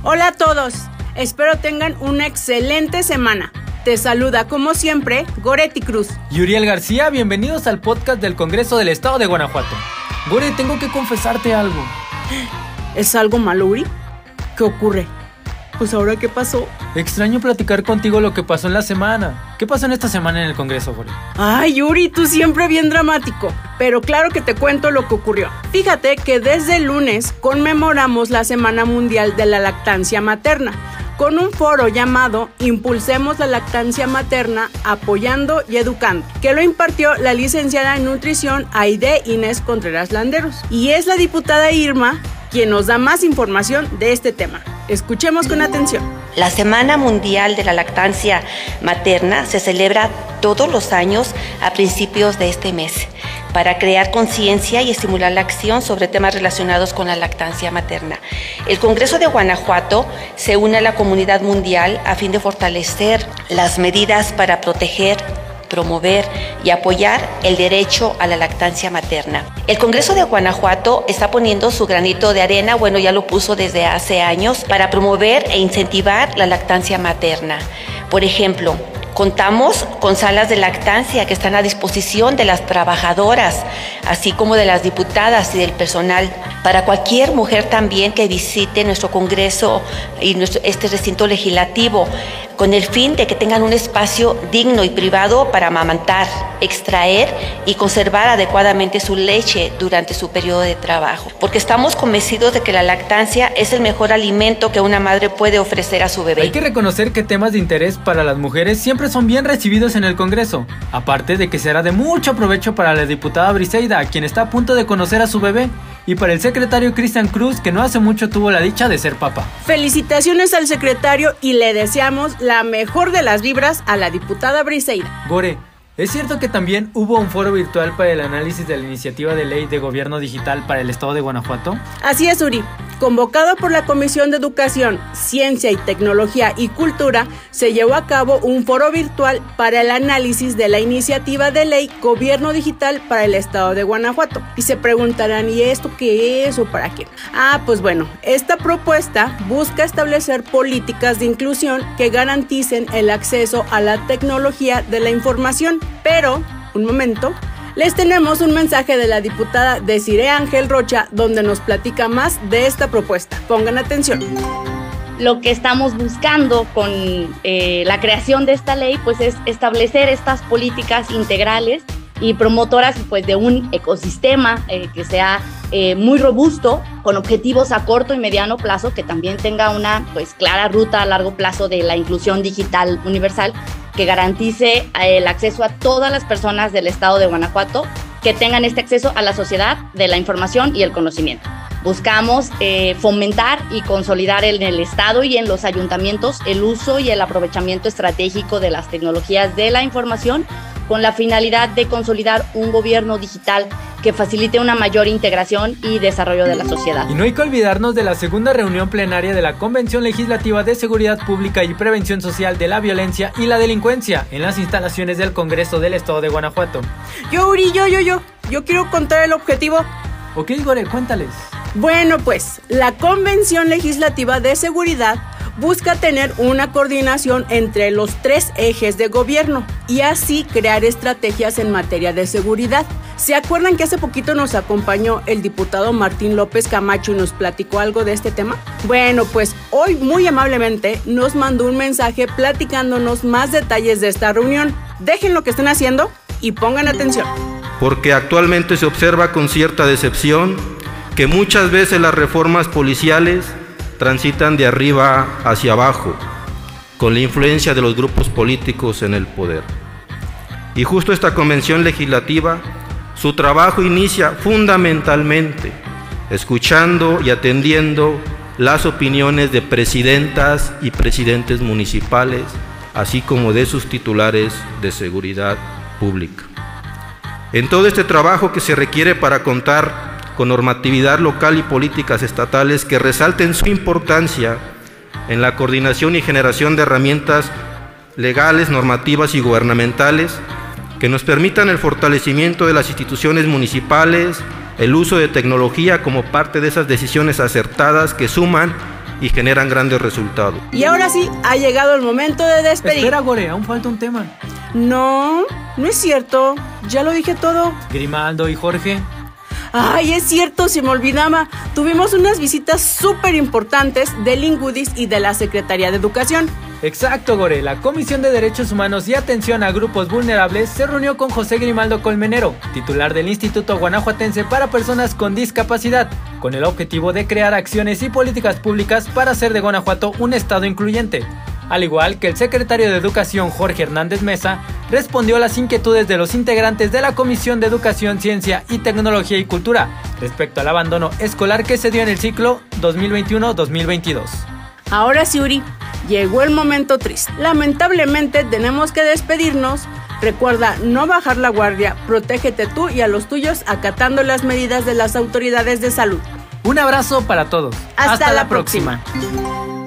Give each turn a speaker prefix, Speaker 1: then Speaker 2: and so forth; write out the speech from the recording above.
Speaker 1: Hola a todos, espero tengan una excelente semana. Te saluda como siempre Goretti Cruz
Speaker 2: y Uriel García. Bienvenidos al podcast del Congreso del Estado de Guanajuato. Gore, tengo que confesarte algo.
Speaker 1: ¿Es algo malo, Uri? ¿Qué ocurre? Pues ahora, ¿qué pasó?
Speaker 2: Extraño platicar contigo lo que pasó en la semana. ¿Qué pasó en esta semana en el Congreso, Gore?
Speaker 1: Ay, Yuri, tú siempre bien dramático. Pero claro que te cuento lo que ocurrió. Fíjate que desde el lunes conmemoramos la Semana Mundial de la Lactancia Materna, con un foro llamado Impulsemos la Lactancia Materna, Apoyando y Educando, que lo impartió la licenciada en Nutrición Aide Inés Contreras Landeros. Y es la diputada Irma quien nos da más información de este tema. Escuchemos con atención.
Speaker 3: La Semana Mundial de la Lactancia Materna se celebra todos los años a principios de este mes para crear conciencia y estimular la acción sobre temas relacionados con la lactancia materna. El Congreso de Guanajuato se une a la comunidad mundial a fin de fortalecer las medidas para proteger, promover y apoyar el derecho a la lactancia materna. El Congreso de Guanajuato está poniendo su granito de arena, ya lo puso desde hace años, para promover e incentivar la lactancia materna. Por ejemplo, contamos con salas de lactancia que están a disposición de las trabajadoras, así como de las diputadas y del personal, para cualquier mujer también que visite nuestro Congreso y este recinto legislativo, con el fin de que tengan un espacio digno y privado para amamantar, extraer y conservar adecuadamente su leche durante su periodo de trabajo. Porque estamos convencidos de que la lactancia es el mejor alimento que una madre puede ofrecer a su bebé.
Speaker 2: Hay que reconocer que temas de interés para las mujeres siempre son bien recibidos en el Congreso, aparte de que será de mucho provecho para la diputada Briseida, quien está a punto de conocer a su bebé, y para el secretario Cristian Cruz, que no hace mucho tuvo la dicha de ser papá.
Speaker 1: Felicitaciones al secretario y le deseamos la mejor de las vibras a la diputada Briseida.
Speaker 2: Gore, ¿es cierto que también hubo un foro virtual para el análisis de la iniciativa de ley de gobierno digital para el Estado de Guanajuato?
Speaker 1: Así es, Uri. Convocado por la Comisión de Educación, Ciencia y Tecnología y Cultura, se llevó a cabo un foro virtual para el análisis de la iniciativa de ley Gobierno Digital para el Estado de Guanajuato. Y se preguntarán, ¿y esto qué es o para qué? Pues bueno, esta propuesta busca establecer políticas de inclusión que garanticen el acceso a la tecnología de la información. Pero, un momento, les tenemos un mensaje de la diputada Desiree Ángel Rocha, donde nos platica más de esta propuesta. Pongan atención.
Speaker 4: Lo que estamos buscando con la creación de esta ley, pues, es establecer estas políticas integrales y promotoras, pues, de un ecosistema que sea muy robusto, con objetivos a corto y mediano plazo, que también tenga una, pues, clara ruta a largo plazo de la inclusión digital universal, que garantice el acceso a todas las personas del estado de Guanajuato que tengan este acceso a la sociedad de la información y el conocimiento. Buscamos fomentar y consolidar en el estado y en los ayuntamientos el uso y el aprovechamiento estratégico de las tecnologías de la información, con la finalidad de consolidar un gobierno digital que facilite una mayor integración y desarrollo de la sociedad.
Speaker 2: Y no hay que olvidarnos de la segunda reunión plenaria de la Convención Legislativa de Seguridad Pública y Prevención Social de la Violencia y la Delincuencia en las instalaciones del Congreso del Estado de Guanajuato.
Speaker 1: Yo quiero contar el objetivo.
Speaker 2: Ok, Gore, cuéntales.
Speaker 1: Bueno, pues, la Convención Legislativa de Seguridad busca tener una coordinación entre los 3 ejes de gobierno y así crear estrategias en materia de seguridad. ¿Se acuerdan que hace poquito nos acompañó el diputado Martín López Camacho y nos platicó algo de este tema? Bueno, pues hoy muy amablemente nos mandó un mensaje platicándonos más detalles de esta reunión. Dejen lo que estén haciendo y pongan atención.
Speaker 5: Porque actualmente se observa con cierta decepción que muchas veces las reformas policiales transitan de arriba hacia abajo, con la influencia de los grupos políticos en el poder. Y justo esta convención legislativa, su trabajo inicia fundamentalmente escuchando y atendiendo las opiniones de presidentas y presidentes municipales, así como de sus titulares de seguridad pública. En todo este trabajo que se requiere para contar con normatividad local y políticas estatales que resalten su importancia en la coordinación y generación de herramientas legales, normativas y gubernamentales que nos permitan el fortalecimiento de las instituciones municipales, el uso de tecnología como parte de esas decisiones acertadas que suman y generan grandes resultados.
Speaker 1: Y ahora sí, ha llegado el momento de despedir.
Speaker 2: Espera, Gore, aún falta un tema.
Speaker 1: No es cierto, ya lo dije todo.
Speaker 2: Grimaldo y Jorge.
Speaker 1: Ay, es cierto, se me olvidaba. Tuvimos unas visitas súper importantes del INGUDIS y de la Secretaría de Educación.
Speaker 2: Exacto, Gore. La Comisión de Derechos Humanos y Atención a Grupos Vulnerables se reunió con José Grimaldo Colmenero, titular del Instituto Guanajuatense para Personas con Discapacidad, con el objetivo de crear acciones y políticas públicas para hacer de Guanajuato un estado incluyente. Al igual que el secretario de Educación Jorge Hernández Mesa, respondió a las inquietudes de los integrantes de la Comisión de Educación, Ciencia y Tecnología y Cultura respecto al abandono escolar que se dio en el ciclo 2021-2022.
Speaker 1: Ahora sí, Uri, llegó el momento triste. Lamentablemente tenemos que despedirnos. Recuerda no bajar la guardia, protégete tú y a los tuyos acatando las medidas de las autoridades de salud.
Speaker 2: Un abrazo para todos.
Speaker 1: Hasta la próxima.